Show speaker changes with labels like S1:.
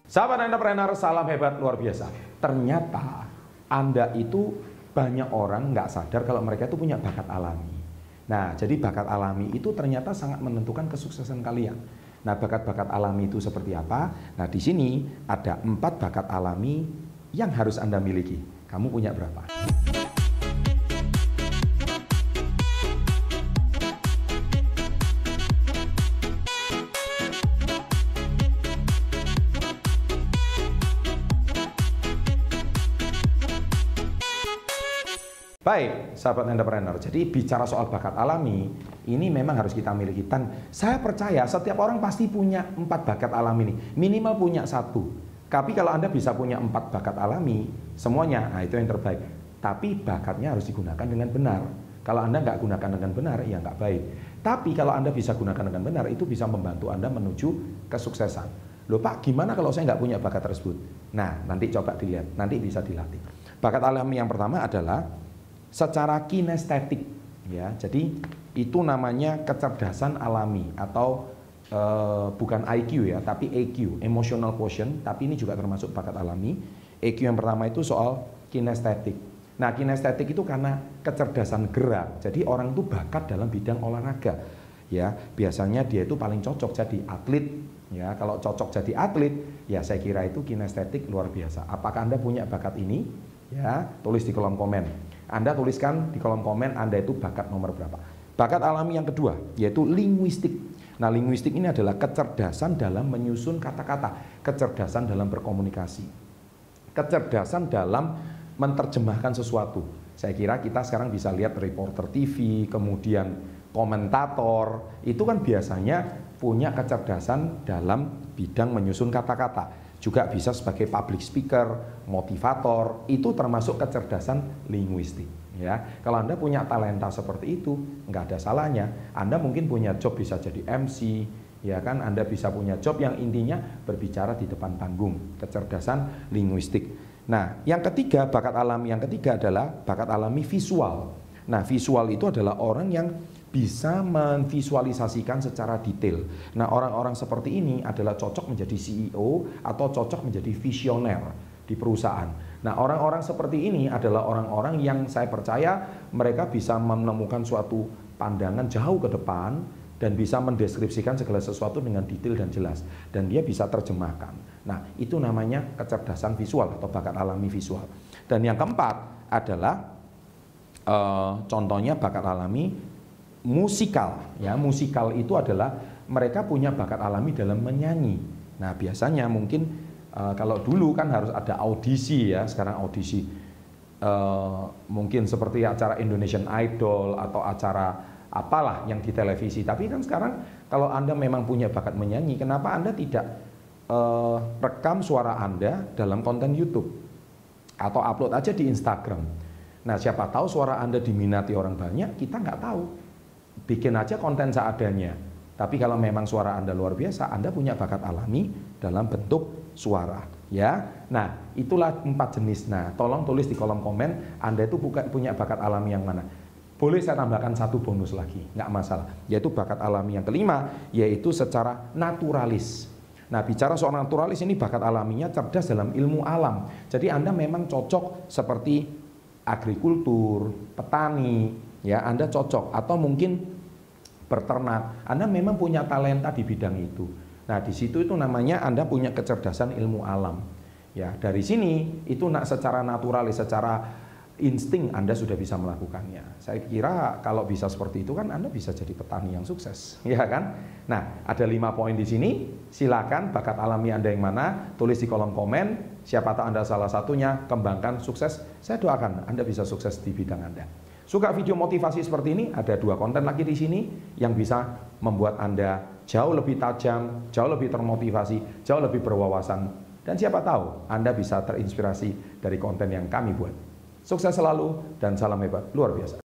S1: Sahabat entrepreneur, salam hebat luar biasa. Ternyata Anda itu banyak orang nggak sadar kalau mereka itu punya bakat alami. Nah, jadi bakat alami itu ternyata sangat menentukan kesuksesan kalian. Nah, bakat-bakat alami itu seperti apa? Nah, di sini ada 4 bakat alami yang harus Anda miliki. Kamu punya berapa? Baik, sahabat entrepreneur. Jadi bicara soal bakat alami, ini memang harus kita miliki. Dan saya percaya setiap orang pasti punya 4 bakat alami ini. Minimal punya 1. Tapi kalau Anda bisa punya 4 bakat alami, semuanya, nah itu yang terbaik. Tapi bakatnya harus digunakan dengan benar. Kalau Anda nggak gunakan dengan benar, ya nggak baik. Tapi kalau Anda bisa gunakan dengan benar, itu bisa membantu Anda menuju kesuksesan. Loh Pak, gimana kalau saya nggak punya bakat tersebut? Nah, nanti coba dilihat, nanti bisa dilatih. Bakat alami yang pertama adalah secara kinestetik, ya. Jadi itu namanya kecerdasan alami atau bukan IQ ya, tapi EQ, emotional quotient. Tapi ini juga termasuk bakat alami. EQ yang pertama itu soal kinestetik. Nah, kinestetik itu karena kecerdasan gerak. Jadi orang itu bakat dalam bidang olahraga, ya. Biasanya dia itu paling cocok jadi atlet, ya. Kalau cocok jadi atlet, ya saya kira itu kinestetik luar biasa. Apakah Anda punya bakat ini? Ya, tulis di kolom komen. Anda tuliskan di kolom komen Anda itu bakat nomor berapa. Bakat alami yang kedua yaitu linguistik. Nah, linguistik ini adalah kecerdasan dalam menyusun kata-kata, kecerdasan dalam berkomunikasi, kecerdasan dalam menerjemahkan sesuatu. Saya kira kita sekarang bisa lihat reporter TV, kemudian komentator, itu kan biasanya punya kecerdasan dalam bidang menyusun kata-kata. Juga bisa sebagai public speaker, motivator, itu termasuk kecerdasan linguistik. Ya, kalau Anda punya talenta seperti itu, nggak ada salahnya. Anda mungkin punya job bisa jadi MC, ya kan? Anda bisa punya job yang intinya berbicara di depan panggung, kecerdasan linguistik. Nah, yang ketiga, bakat alami yang ketiga adalah bakat alami visual. Nah, visual itu adalah orang yang bisa memvisualisasikan secara detail. Nah, orang-orang seperti ini adalah cocok menjadi CEO atau cocok menjadi visioner di perusahaan. Nah, orang-orang seperti ini adalah orang-orang yang saya percaya mereka bisa menemukan suatu pandangan jauh ke depan dan bisa mendeskripsikan segala sesuatu dengan detail dan jelas. Dan dia bisa terjemahkan. Nah, itu namanya kecerdasan visual atau bakat alami visual. Dan yang keempat adalah contohnya bakat alami musikal, ya. Musikal itu adalah mereka punya bakat alami dalam menyanyi. Nah, biasanya mungkin kalau dulu kan harus ada audisi, ya. Sekarang audisi mungkin seperti acara Indonesian Idol atau acara apalah yang di televisi. Tapi kan sekarang kalau Anda memang punya bakat menyanyi, kenapa Anda tidak rekam suara Anda dalam konten YouTube atau upload aja di Instagram? Nah, siapa tahu suara Anda diminati orang banyak, kita nggak tahu. Bikin aja konten seadanya. Tapi kalau memang suara Anda luar biasa, Anda punya bakat alami dalam bentuk suara, ya. Nah, itulah 4 jenis. Nah, tolong tulis di kolom komen Anda itu punya bakat alami yang mana. Boleh saya tambahkan 1 bonus lagi, nggak masalah. Yaitu bakat alami yang kelima, yaitu secara naturalis. Nah, bicara soal naturalis ini bakat alaminya cerdas dalam ilmu alam. Jadi Anda memang cocok seperti agrikultur, petani, ya. Anda cocok, atau mungkin berternak. Anda memang punya talenta di bidang itu. Nah, di situ itu namanya Anda punya kecerdasan ilmu alam. Ya, dari sini itu secara naturalis, secara insting Anda sudah bisa melakukannya. Saya kira kalau bisa seperti itu kan Anda bisa jadi petani yang sukses, ya kan? Nah, ada 5 poin di sini. Silakan bakat alami Anda yang mana, tulis di kolom komen. Siapa tahu Anda salah satunya, kembangkan, sukses. Saya doakan Anda bisa sukses di bidang Anda. Suka video motivasi seperti ini? Ada 2 konten lagi di sini yang bisa membuat Anda jauh lebih tajam, jauh lebih termotivasi, jauh lebih berwawasan. Dan siapa tahu Anda bisa terinspirasi dari konten yang kami buat. Sukses selalu dan salam hebat luar biasa.